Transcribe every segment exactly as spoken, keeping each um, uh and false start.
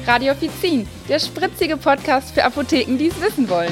Radio Offizin, der spritzige Podcast für Apotheken, die es wissen wollen.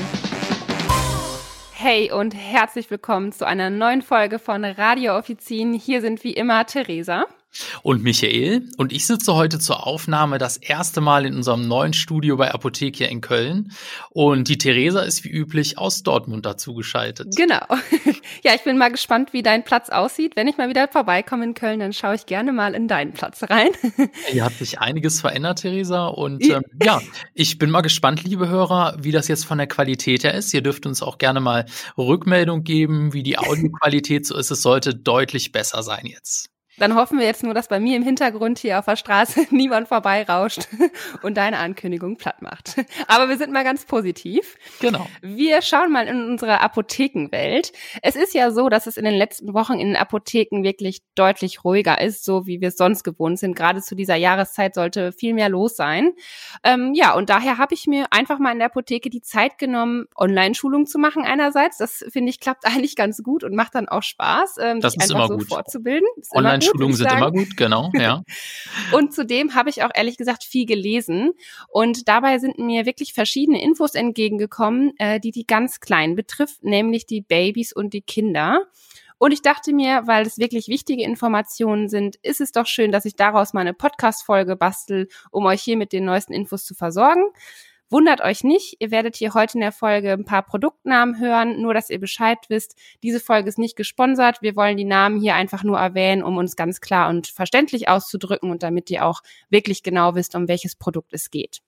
Hey und herzlich willkommen zu einer neuen Folge von Radio Offizin. Hier sind wie immer Theresa und Michael, und ich sitze heute zur Aufnahme das erste Mal in unserem neuen Studio bei Apothekia in Köln, und die Theresa ist wie üblich aus Dortmund dazu geschaltet. Genau. Ja, ich bin mal gespannt, wie dein Platz aussieht. Wenn ich mal wieder vorbeikomme in Köln, dann schaue ich gerne mal in deinen Platz rein. Hier hat sich einiges verändert, Theresa, und ähm, ja, ich bin mal gespannt, liebe Hörer, wie das jetzt von der Qualität her ist. Ihr dürft uns auch gerne mal Rückmeldung geben, wie die Audioqualität so ist. Es sollte deutlich besser sein jetzt. Dann hoffen wir jetzt nur, dass bei mir im Hintergrund hier auf der Straße niemand vorbeirauscht und deine Ankündigung platt macht. Aber wir sind mal ganz positiv. Genau. Wir schauen mal in unsere Apothekenwelt. Es ist ja so, dass es in den letzten Wochen in den Apotheken wirklich deutlich ruhiger ist, so wie wir es sonst gewohnt sind. Gerade zu dieser Jahreszeit sollte viel mehr los sein. Ähm, ja, und daher habe ich mir einfach mal in der Apotheke die Zeit genommen, Online-Schulung zu machen einerseits. Das, finde ich, klappt eigentlich ganz gut und macht dann auch Spaß, ähm, das sich ist einfach immer so gut. fortzubilden. Online-Schulungen sind immer gut, genau, ja. Und zudem habe ich auch ehrlich gesagt viel gelesen, und dabei sind mir wirklich verschiedene Infos entgegengekommen, äh, die die ganz Kleinen betrifft, nämlich die Babys und die Kinder. Und ich dachte mir, weil es wirklich wichtige Informationen sind, ist es doch schön, dass ich daraus mal eine Podcast-Folge bastel, um euch hier mit den neuesten Infos zu versorgen. Wundert euch nicht, ihr werdet hier heute in der Folge ein paar Produktnamen hören, nur dass ihr Bescheid wisst. Diese Folge ist nicht gesponsert, wir wollen die Namen hier einfach nur erwähnen, um uns ganz klar und verständlich auszudrücken und damit ihr auch wirklich genau wisst, um welches Produkt es geht.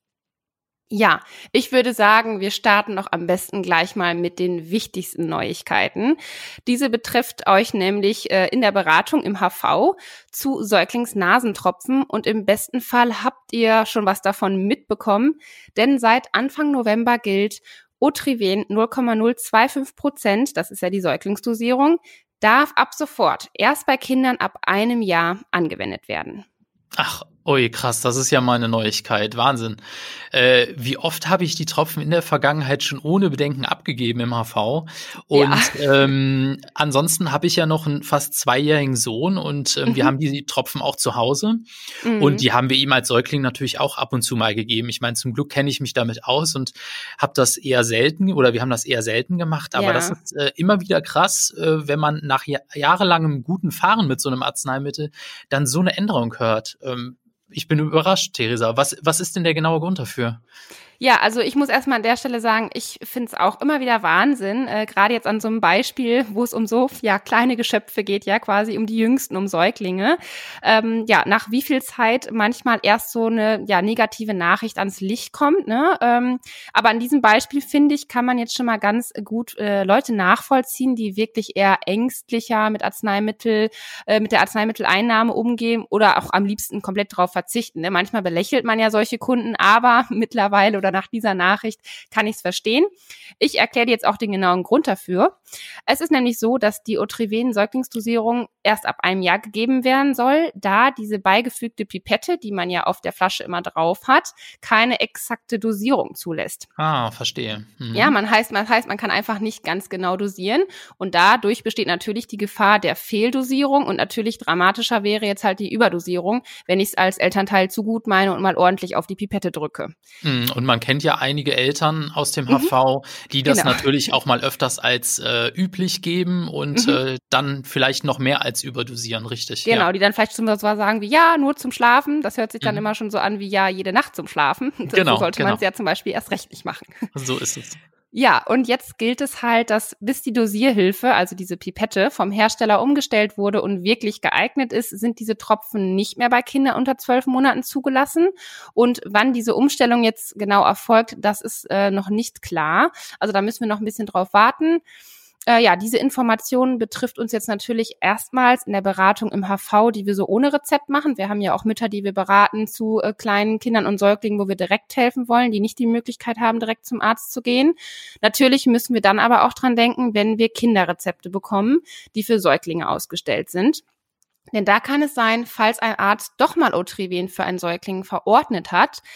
Ja, ich würde sagen, wir starten doch am besten gleich mal mit den wichtigsten Neuigkeiten. Diese betrifft euch nämlich äh, in der Beratung im H V zu Säuglingsnasentropfen, und im besten Fall habt ihr schon was davon mitbekommen, denn seit Anfang November gilt Otrivin null Komma null fünfundzwanzig Prozent, das ist ja die Säuglingsdosierung, darf ab sofort erst bei Kindern ab einem Jahr angewendet werden. Ach, ui, krass, das ist ja mal eine Neuigkeit, Wahnsinn. Äh, wie oft habe ich die Tropfen in der Vergangenheit schon ohne Bedenken abgegeben im H V? Und ja. ähm, ansonsten habe ich ja noch einen fast zweijährigen Sohn, und ähm, mhm. wir haben die Tropfen auch zu Hause. Mhm. Und die haben wir ihm als Säugling natürlich auch ab und zu mal gegeben. Ich meine, zum Glück kenne ich mich damit aus und habe das eher selten, oder wir haben das eher selten gemacht. Aber ja. das ist äh, immer wieder krass, äh, wenn man nach ja- jahrelangem guten Fahren mit so einem Arzneimittel dann so eine Änderung hört. Ähm, Ich bin überrascht, Theresa. Was, was ist denn der genaue Grund dafür? Ja, also ich muss erstmal an der Stelle sagen, ich finde es auch immer wieder Wahnsinn, äh, gerade jetzt an so einem Beispiel, wo es um so ja kleine Geschöpfe geht, ja quasi um die Jüngsten, um Säuglinge, ähm, ja, nach wie viel Zeit manchmal erst so eine ja negative Nachricht ans Licht kommt, ne? Ähm, aber an diesem Beispiel, finde ich, kann man jetzt schon mal ganz gut äh, Leute nachvollziehen, die wirklich eher ängstlicher mit Arzneimittel, äh, mit der Arzneimitteleinnahme umgehen oder auch am liebsten komplett drauf verzichten, ne? Manchmal belächelt man ja solche Kunden, aber mittlerweile oder nach dieser Nachricht kann ich es verstehen. Ich erkläre dir jetzt auch den genauen Grund dafür. Es ist nämlich so, dass die Otrivin-Säuglingsdosierung erst ab einem Jahr gegeben werden soll, da diese beigefügte Pipette, die man ja auf der Flasche immer drauf hat, keine exakte Dosierung zulässt. Ah, verstehe. Mhm. Ja, man heißt, man heißt, man kann einfach nicht ganz genau dosieren, und dadurch besteht natürlich die Gefahr der Fehldosierung, und natürlich dramatischer wäre jetzt halt die Überdosierung, wenn ich es als Elternteil zu gut meine und mal ordentlich auf die Pipette drücke. Mhm, und man kennt ja einige Eltern aus dem H V, die das genau. natürlich auch mal öfters als äh, üblich geben und mhm. äh, dann vielleicht noch mehr als überdosieren, richtig? Genau, ja. die dann vielleicht zum Beispiel sagen wie, ja, nur zum Schlafen. Das hört sich dann mhm. immer schon so an wie, ja, jede Nacht zum Schlafen. Genau, so sollte genau. man es ja zum Beispiel erst recht nicht machen. So ist es. Ja, und jetzt gilt es halt, dass bis die Dosierhilfe, also diese Pipette, vom Hersteller umgestellt wurde und wirklich geeignet ist, sind diese Tropfen nicht mehr bei Kindern unter zwölf Monaten zugelassen. Und wann diese Umstellung jetzt genau erfolgt, das ist äh, noch nicht klar. Also da müssen wir noch ein bisschen drauf warten. Äh, ja, diese Information betrifft uns jetzt natürlich erstmals in der Beratung im H V, die wir so ohne Rezept machen. Wir haben ja auch Mütter, die wir beraten zu äh, kleinen Kindern und Säuglingen, wo wir direkt helfen wollen, die nicht die Möglichkeit haben, direkt zum Arzt zu gehen. Natürlich müssen wir dann aber auch dran denken, wenn wir Kinderrezepte bekommen, die für Säuglinge ausgestellt sind. Denn da kann es sein, falls ein Arzt doch mal Otrivin für einen Säugling verordnet hat,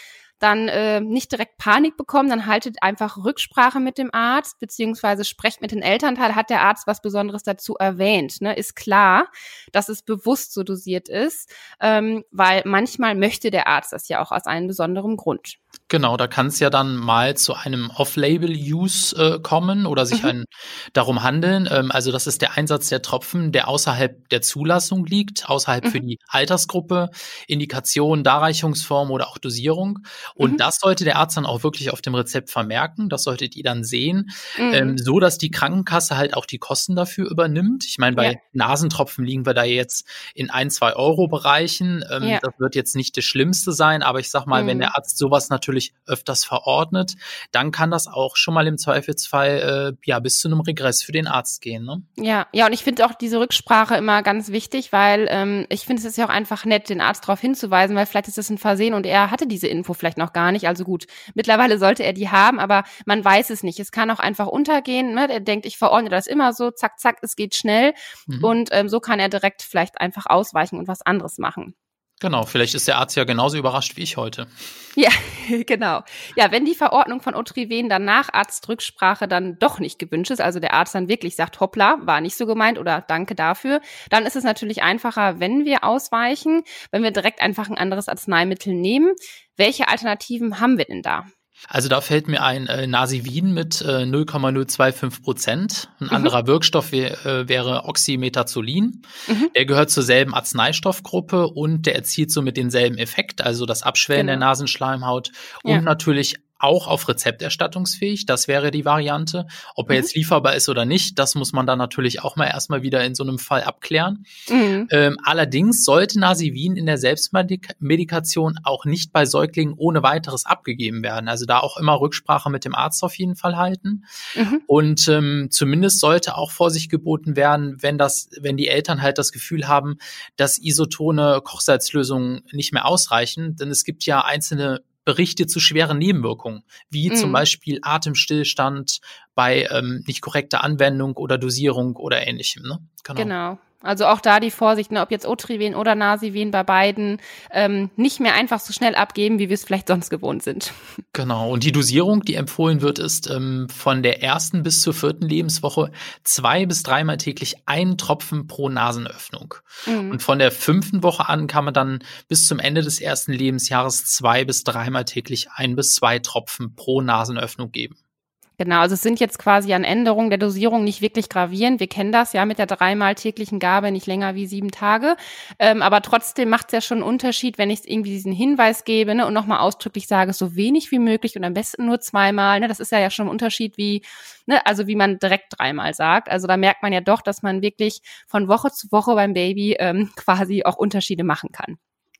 dann äh, nicht direkt Panik bekommen, dann haltet einfach Rücksprache mit dem Arzt, beziehungsweise sprecht mit den Elternteil, hat der Arzt was Besonderes dazu erwähnt, ne? Ist klar, dass es bewusst so dosiert ist, ähm, weil manchmal möchte der Arzt das ja auch aus einem besonderen Grund. Genau, da kann es ja dann mal zu einem Off-Label-Use äh, kommen oder sich Mhm. ein, darum handeln. Ähm, also das ist der Einsatz der Tropfen, der außerhalb der Zulassung liegt, außerhalb Mhm. für die Altersgruppe, Indikation, Darreichungsform oder auch Dosierung. Und Mhm. das sollte der Arzt dann auch wirklich auf dem Rezept vermerken. Das solltet ihr dann sehen, Mhm. ähm, so dass die Krankenkasse halt auch die Kosten dafür übernimmt. Ich meine, bei Ja. Nasentropfen liegen wir da jetzt in ein, zwei Euro Bereichen. Ähm, Ja. Das wird jetzt nicht das Schlimmste sein, aber ich sag mal, Mhm. wenn der Arzt sowas natürlich öfters verordnet, dann kann das auch schon mal im Zweifelsfall äh, ja bis zu einem Regress für den Arzt gehen. Ne? Ja, ja, und ich finde auch diese Rücksprache immer ganz wichtig, weil ähm, ich finde, es ist ja auch einfach nett, den Arzt darauf hinzuweisen, weil vielleicht ist das ein Versehen und er hatte diese Info vielleicht noch gar nicht. Also gut, mittlerweile sollte er die haben, aber man weiß es nicht. Es kann auch einfach untergehen. Ne? Er denkt, ich verordne das immer so, zack, zack, es geht schnell. Mhm. Und ähm, so kann er direkt vielleicht einfach ausweichen und was anderes machen. Genau, vielleicht ist der Arzt ja genauso überrascht wie ich heute. Ja, genau. Ja, wenn die Verordnung von Otriven dann nach Arztrücksprache dann doch nicht gewünscht ist, also der Arzt dann wirklich sagt, hoppla, war nicht so gemeint oder danke dafür, dann ist es natürlich einfacher, wenn wir ausweichen, wenn wir direkt einfach ein anderes Arzneimittel nehmen. Welche Alternativen haben wir denn da? Also da fällt mir ein äh, Nasivin mit äh, null Komma null zwei fünf Prozent. Ein Mhm. anderer Wirkstoff wär, äh, wäre Oxymetazolin. Mhm. Der gehört zur selben Arzneistoffgruppe und der erzielt somit denselben Effekt, also das Abschwellen Genau. der Nasenschleimhaut und Ja. natürlich auch auf Rezept erstattungsfähig. Das wäre die Variante. Ob er Mhm. jetzt lieferbar ist oder nicht, das muss man dann natürlich auch mal erstmal wieder in so einem Fall abklären. Mhm. Ähm, allerdings sollte Nasivin in der Selbstmedikation auch nicht bei Säuglingen ohne weiteres abgegeben werden. Also da auch immer Rücksprache mit dem Arzt auf jeden Fall halten. Mhm. Und ähm, zumindest sollte auch Vorsicht geboten werden, wenn das, wenn die Eltern halt das Gefühl haben, dass isotone Kochsalzlösungen nicht mehr ausreichen. Denn es gibt ja einzelne Berichte zu schweren Nebenwirkungen, wie Mhm. zum Beispiel Atemstillstand bei ähm, nicht korrekter Anwendung oder Dosierung oder ähnlichem. Ne? Genau. Genau. Also auch da die Vorsicht, ne, ob jetzt Otriven oder Nasivin, bei beiden ähm, nicht mehr einfach so schnell abgeben, wie wir es vielleicht sonst gewohnt sind. Genau. Und die Dosierung, die empfohlen wird, ist ähm, von der ersten bis zur vierten Lebenswoche zwei bis dreimal täglich ein Tropfen pro Nasenöffnung. Mhm. Und von der fünften Woche an kann man dann bis zum Ende des ersten Lebensjahres zwei bis dreimal täglich ein bis zwei Tropfen pro Nasenöffnung geben. Genau, also es sind jetzt quasi an Änderungen der Dosierung nicht wirklich gravierend. Wir kennen das ja mit der dreimal täglichen Gabe nicht länger wie sieben Tage. Ähm, aber trotzdem macht es ja schon einen Unterschied, wenn ich irgendwie diesen Hinweis gebe, ne, und nochmal ausdrücklich sage, so wenig wie möglich und am besten nur zweimal. Ne, das ist ja, ja schon ein Unterschied, wie, ne, also wie man direkt dreimal sagt. Also da merkt man ja doch, dass man wirklich von Woche zu Woche beim Baby ähm, quasi auch Unterschiede machen kann.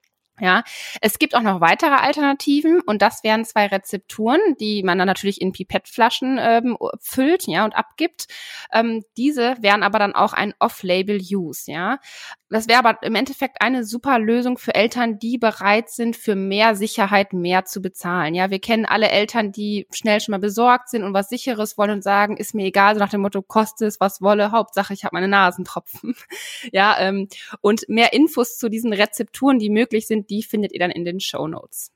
Ja, es gibt auch noch weitere Alternativen und das wären zwei Rezepturen, die man dann natürlich in Pipettflaschen ähm, füllt, ja, und abgibt. Ähm, diese wären aber dann auch ein Off-Label-Use, ja. Das wäre aber im Endeffekt eine super Lösung für Eltern, die bereit sind, für mehr Sicherheit mehr zu bezahlen. Ja, wir kennen alle Eltern, die schnell schon mal besorgt sind und was Sicheres wollen und sagen, ist mir egal, so nach dem Motto, kostet es, was wolle, Hauptsache ich habe meine Nasentropfen. Ja, ähm, und mehr Infos zu diesen Rezepturen, die möglich sind, die findet ihr dann in den Shownotes.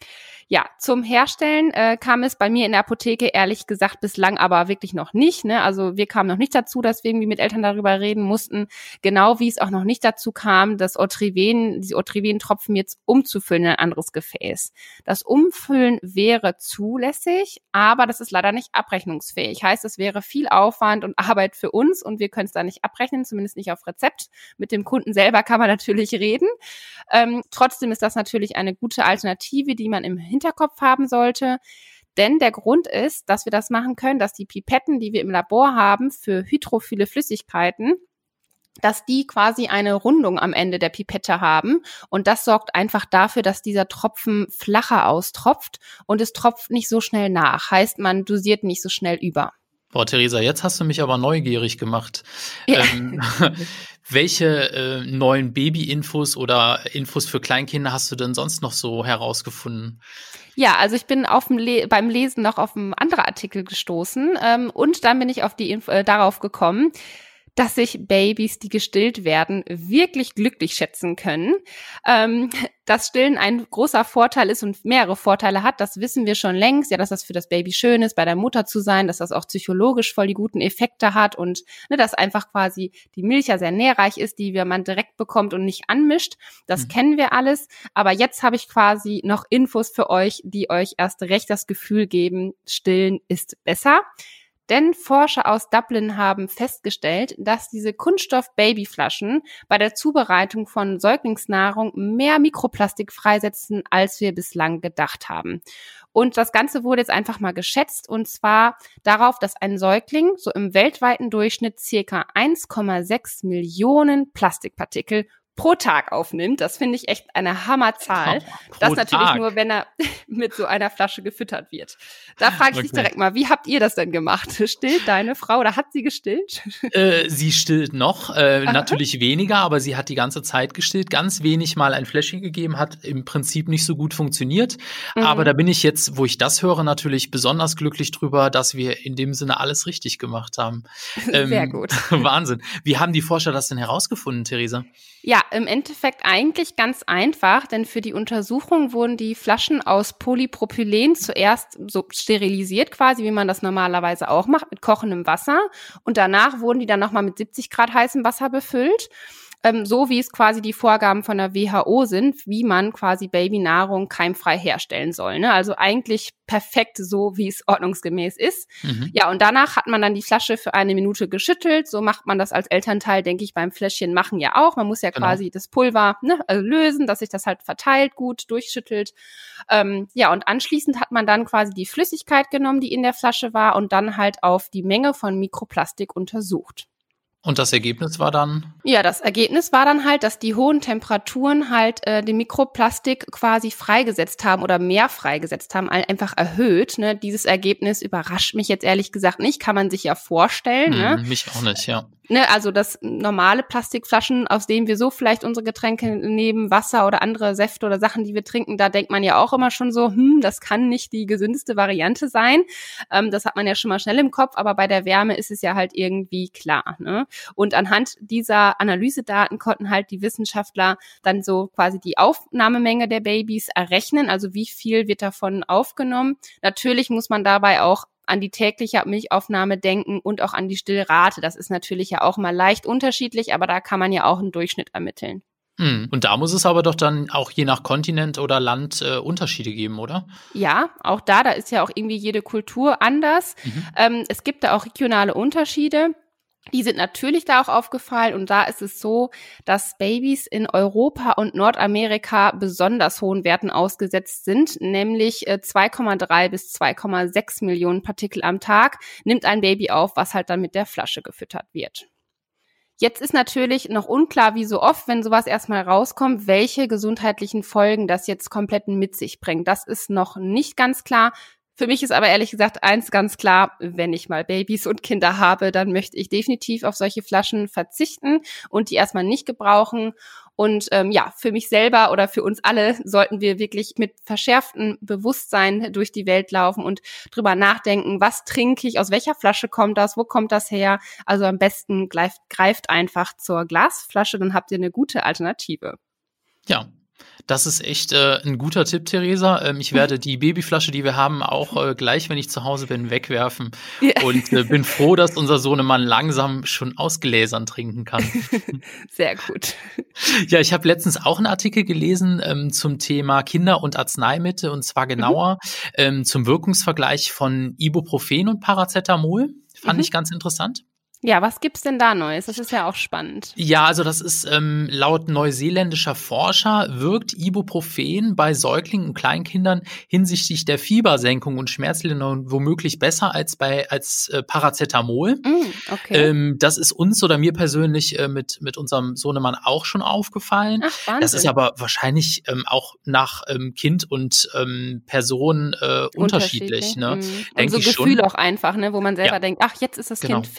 Ja, zum Herstellen äh, kam es bei mir in der Apotheke ehrlich gesagt bislang aber wirklich noch nicht. Ne? Also wir kamen noch nicht dazu, dass wir irgendwie mit Eltern darüber reden mussten. Genau wie es auch noch nicht dazu kam, das Otriven, diese Otriven-Tropfen jetzt umzufüllen in ein anderes Gefäß. Das Umfüllen wäre zulässig, aber das ist leider nicht abrechnungsfähig. Heißt, es wäre viel Aufwand und Arbeit für uns und wir können es da nicht abrechnen, zumindest nicht auf Rezept. Mit dem Kunden selber kann man natürlich reden. Ähm, trotzdem ist das natürlich eine gute Alternative, die man im Hinterkopf haben sollte. Denn der Grund ist, dass wir das machen können, dass die Pipetten, die wir im Labor haben für hydrophile Flüssigkeiten, dass die quasi eine Rundung am Ende der Pipette haben. Und das sorgt einfach dafür, dass dieser Tropfen flacher austropft und es tropft nicht so schnell nach. Heißt, man dosiert nicht so schnell über. Boah, Theresa, jetzt hast du mich aber neugierig gemacht. Ja. Ähm, welche äh, neuen Baby-Infos oder Infos für Kleinkinder hast du denn sonst noch so herausgefunden? Ja, also ich bin auf dem Le- beim Lesen noch auf einen anderen Artikel gestoßen ähm, und dann bin ich auf die Inf- äh, darauf gekommen, dass sich Babys, die gestillt werden, wirklich glücklich schätzen können. Ähm, dass Stillen ein großer Vorteil ist und mehrere Vorteile hat, das wissen wir schon längst. Ja, dass das für das Baby schön ist, bei der Mutter zu sein, dass das auch psychologisch voll die guten Effekte hat und ne, dass einfach quasi die Milch ja sehr nährreich ist, die wir man direkt bekommt und nicht anmischt. Das mhm. kennen wir alles. Aber jetzt habe ich quasi noch Infos für euch, die euch erst recht das Gefühl geben, Stillen ist besser. Denn Forscher aus Dublin haben festgestellt, dass diese Kunststoff-Babyflaschen bei der Zubereitung von Säuglingsnahrung mehr Mikroplastik freisetzen, als wir bislang gedacht haben. Und das Ganze wurde jetzt einfach mal geschätzt, und zwar darauf, dass ein Säugling so im weltweiten Durchschnitt circa eins Komma sechs Millionen Plastikpartikel pro Tag aufnimmt. Das finde ich echt eine Hammerzahl. Oh, das natürlich Tag. Nur, wenn er mit so einer Flasche gefüttert wird. Da frage ich okay. dich direkt mal, wie habt ihr das denn gemacht? Stillt deine Frau oder hat sie gestillt? Äh, sie stillt noch, äh, natürlich weniger, aber sie hat die ganze Zeit gestillt. Ganz wenig mal ein Fläschchen gegeben, hat im Prinzip nicht so gut funktioniert. Mhm. Aber da bin ich jetzt, wo ich das höre, natürlich besonders glücklich drüber, dass wir in dem Sinne alles richtig gemacht haben. Ähm, Sehr gut. Wahnsinn. Wie haben die Forscher das denn herausgefunden, Theresa? Ja, im Endeffekt eigentlich ganz einfach, denn für die Untersuchung wurden die Flaschen aus Polypropylen zuerst so sterilisiert quasi, wie man das normalerweise auch macht, mit kochendem Wasser. Und danach wurden die dann nochmal mit siebzig Grad heißem Wasser befüllt. Ähm, so wie es quasi die Vorgaben von der W H O sind, wie man quasi Babynahrung keimfrei herstellen soll. Ne? Also eigentlich perfekt so, wie es ordnungsgemäß ist. Mhm. Ja, und danach hat man dann die Flasche für eine Minute geschüttelt. So macht man das als Elternteil, denke ich, beim Fläschchen machen ja auch. Man muss ja genau. quasi das Pulver ne, also lösen, dass sich das halt verteilt, gut durchschüttelt. Ähm, ja, und anschließend hat man dann quasi die Flüssigkeit genommen, die in der Flasche war, und dann halt auf die Menge von Mikroplastik untersucht. Und das Ergebnis war dann? Ja, das Ergebnis war dann halt, dass die hohen Temperaturen halt äh, den Mikroplastik quasi freigesetzt haben oder mehr freigesetzt haben, einfach erhöht. Ne? Dieses Ergebnis überrascht mich jetzt ehrlich gesagt nicht, kann man sich ja vorstellen. Hm, ne? Mich auch nicht, ja. Ne, also das normale Plastikflaschen, aus denen wir so vielleicht unsere Getränke nehmen, Wasser oder andere Säfte oder Sachen, die wir trinken, da denkt man ja auch immer schon so, hm, das kann nicht die gesündeste Variante sein. Ähm, das hat man ja schon mal schnell im Kopf, aber bei der Wärme ist es ja halt irgendwie klar. Ne? Und anhand dieser Analysedaten konnten halt die Wissenschaftler dann so quasi die Aufnahmemenge der Babys errechnen, also wie viel wird davon aufgenommen. Natürlich muss man dabei auch an die tägliche Milchaufnahme denken und auch an die Stillrate. Das ist natürlich ja auch mal leicht unterschiedlich, aber da kann man ja auch einen Durchschnitt ermitteln. Und da muss es aber doch dann auch je nach Kontinent oder Land äh, Unterschiede geben, oder? Ja, auch da, da ist ja auch irgendwie jede Kultur anders. Mhm. Ähm, es gibt da auch regionale Unterschiede. Die sind natürlich da auch aufgefallen, und da ist es so, dass Babys in Europa und Nordamerika besonders hohen Werten ausgesetzt sind, nämlich zwei Komma drei bis zwei Komma sechs Millionen Partikel am Tag nimmt ein Baby auf, was halt dann mit der Flasche gefüttert wird. Jetzt ist natürlich noch unklar, wie so oft, wenn sowas erstmal rauskommt, welche gesundheitlichen Folgen das jetzt komplett mit sich bringt. Das ist noch nicht ganz klar. Für mich ist aber ehrlich gesagt eins ganz klar: Wenn ich mal Babys und Kinder habe, dann möchte ich definitiv auf solche Flaschen verzichten und die erstmal nicht gebrauchen. Und ähm, ja, für mich selber oder für uns alle sollten wir wirklich mit verschärftem Bewusstsein durch die Welt laufen und drüber nachdenken, was trinke ich, aus welcher Flasche kommt das, wo kommt das her? Also am besten greift, greift einfach zur Glasflasche, dann habt ihr eine gute Alternative. Ja. Das ist echt äh, ein guter Tipp, Theresa. Ähm, ich werde die Babyflasche, die wir haben, auch äh, gleich, wenn ich zu Hause bin, wegwerfen. Ja. Und äh, bin froh, dass unser Sohnemann langsam schon aus Gläsern trinken kann. Sehr gut. Ja, ich habe letztens auch einen Artikel gelesen ähm, zum Thema Kinder- und Arzneimittel, und zwar genauer mhm. ähm, zum Wirkungsvergleich von Ibuprofen und Paracetamol. Fand mhm. ich ganz interessant. Ja, was gibt's denn da Neues? Das ist ja auch spannend. Ja, also das ist ähm, laut neuseeländischer Forscher wirkt Ibuprofen bei Säuglingen und Kleinkindern hinsichtlich der Fiebersenkung und Schmerzlinderung womöglich besser als bei als äh, Paracetamol. Mm, okay. Ähm, das ist uns oder mir persönlich äh, mit mit unserem Sohnemann auch schon aufgefallen. Ach, Wahnsinn. Das ist aber wahrscheinlich ähm, auch nach ähm, Kind und ähm, Person äh, unterschiedlich. unterschiedlich ne? Mm. Und so Gefühl schon. Auch einfach, ne, wo man selber ja. denkt, ach, jetzt ist das genau. Kind fitter oder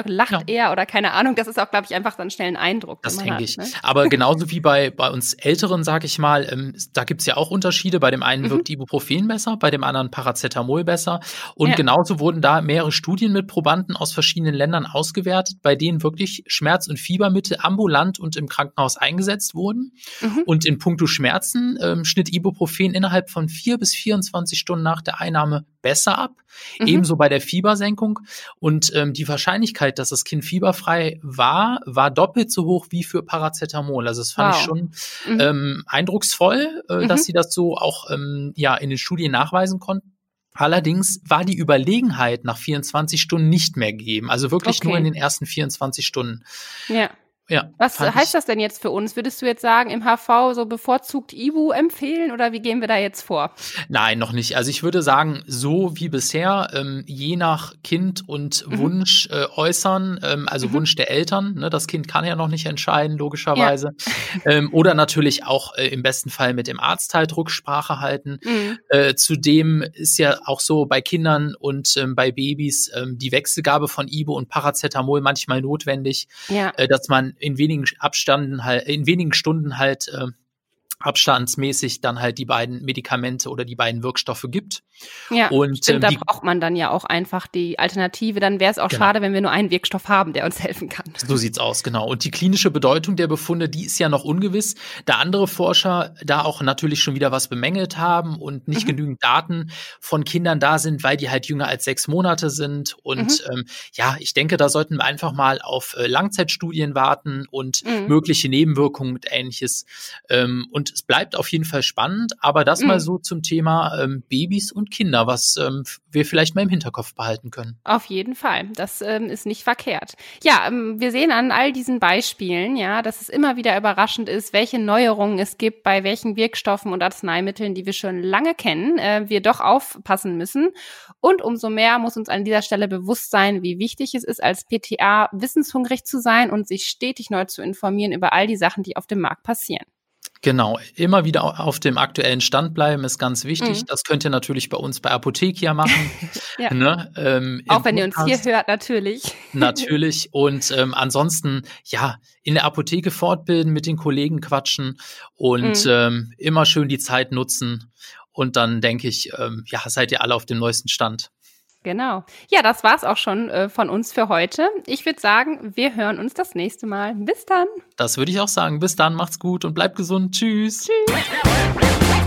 oder lacht Ja. er oder keine Ahnung. Das ist auch, glaube ich, einfach dann schnell ein Eindruck. Das den man denke hat, ich. ne? Aber genauso wie bei, bei uns Älteren, sag ich mal, ähm, da gibt's ja auch Unterschiede. Bei dem einen Mhm. wirkt Ibuprofen besser, bei dem anderen Paracetamol besser. Und Ja. genauso wurden da mehrere Studien mit Probanden aus verschiedenen Ländern ausgewertet, bei denen wirklich Schmerz- und Fiebermittel ambulant und im Krankenhaus eingesetzt wurden. Mhm. Und in puncto Schmerzen ähm, schnitt Ibuprofen innerhalb von vier bis vierundzwanzig Stunden nach der Einnahme besser ab. Mhm. Ebenso bei der Fiebersenkung. Und ähm, die Wahrscheinlichkeit, dass das Kind fieberfrei war, war doppelt so hoch wie für Paracetamol. Also das fand Wow. ich schon Mhm. ähm, eindrucksvoll, äh, Mhm. dass sie das so auch ähm, ja in den Studien nachweisen konnten. Allerdings war die Überlegenheit nach vierundzwanzig Stunden nicht mehr gegeben. Also wirklich Okay. nur in den ersten vierundzwanzig Stunden. Ja. Ja, Was fand heißt ich- das denn jetzt für uns? Würdest du jetzt sagen, im H V so bevorzugt Ibu empfehlen oder wie gehen wir da jetzt vor? Nein, noch nicht. Also ich würde sagen, so wie bisher, ähm, je nach Kind und Mhm. Wunsch äh, äußern, ähm, also Mhm. Wunsch der Eltern, ne, das Kind kann ja noch nicht entscheiden, logischerweise. Ähm, oder natürlich auch äh, im besten Fall mit dem Arzt halt Rücksprache halten. Mhm. Äh, zudem ist ja auch so bei Kindern und ähm, bei Babys ähm, die Wechselgabe von Ibu und Paracetamol manchmal notwendig, Ja. äh, dass man in wenigen Abstanden halt, in wenigen Stunden halt äh, abstandsmäßig dann halt die beiden Medikamente oder die beiden Wirkstoffe gibt. Ja, Und, stimmt, ähm, da die- braucht man dann ja auch einfach die Alternative. Dann wäre es auch Genau. schade, wenn wir nur einen Wirkstoff haben, der uns helfen kann. So sieht's aus, genau. Und die klinische Bedeutung der Befunde, die ist ja noch ungewiss, da andere Forscher da auch natürlich schon wieder was bemängelt haben und nicht Mhm. genügend Daten von Kindern da sind, weil die halt jünger als sechs Monate sind. Und ähm, ja, ich denke, da sollten wir einfach mal auf äh, Langzeitstudien warten und Mhm. mögliche Nebenwirkungen und Ähnliches. Ähm, und es bleibt auf jeden Fall spannend, aber das Mhm. mal so zum Thema ähm, Babys und Kinder, was ähm, wir vielleicht mal im Hinterkopf behalten können. Auf jeden Fall. Das ähm, ist nicht verkehrt. Ja, ähm, wir sehen an all diesen Beispielen, ja, dass es immer wieder überraschend ist, welche Neuerungen es gibt, bei welchen Wirkstoffen und Arzneimitteln, die wir schon lange kennen, äh, wir doch aufpassen müssen. Und umso mehr muss uns an dieser Stelle bewusst sein, wie wichtig es ist, als P T A wissenshungrig zu sein und sich stetig neu zu informieren über all die Sachen, die auf dem Markt passieren. Genau, immer wieder au- auf dem aktuellen Stand bleiben ist ganz wichtig. Mhm. Das könnt ihr natürlich bei uns bei Apothekia machen. Ja. Ne? Ähm, im Auch wenn ihr uns hier Podcast hört, natürlich. Natürlich. Und ähm, ansonsten, ja, in der Apotheke fortbilden, mit den Kollegen quatschen und Mhm. ähm, immer schön die Zeit nutzen. Und dann denke ich, ähm, ja, seid ihr alle auf dem neuesten Stand. Genau. Ja, das war's auch schon äh, von uns für heute. Ich würde sagen, wir hören uns das nächste Mal. Bis dann. Das würde ich auch sagen. Bis dann, macht's gut und bleibt gesund. Tschüss. Tschüss.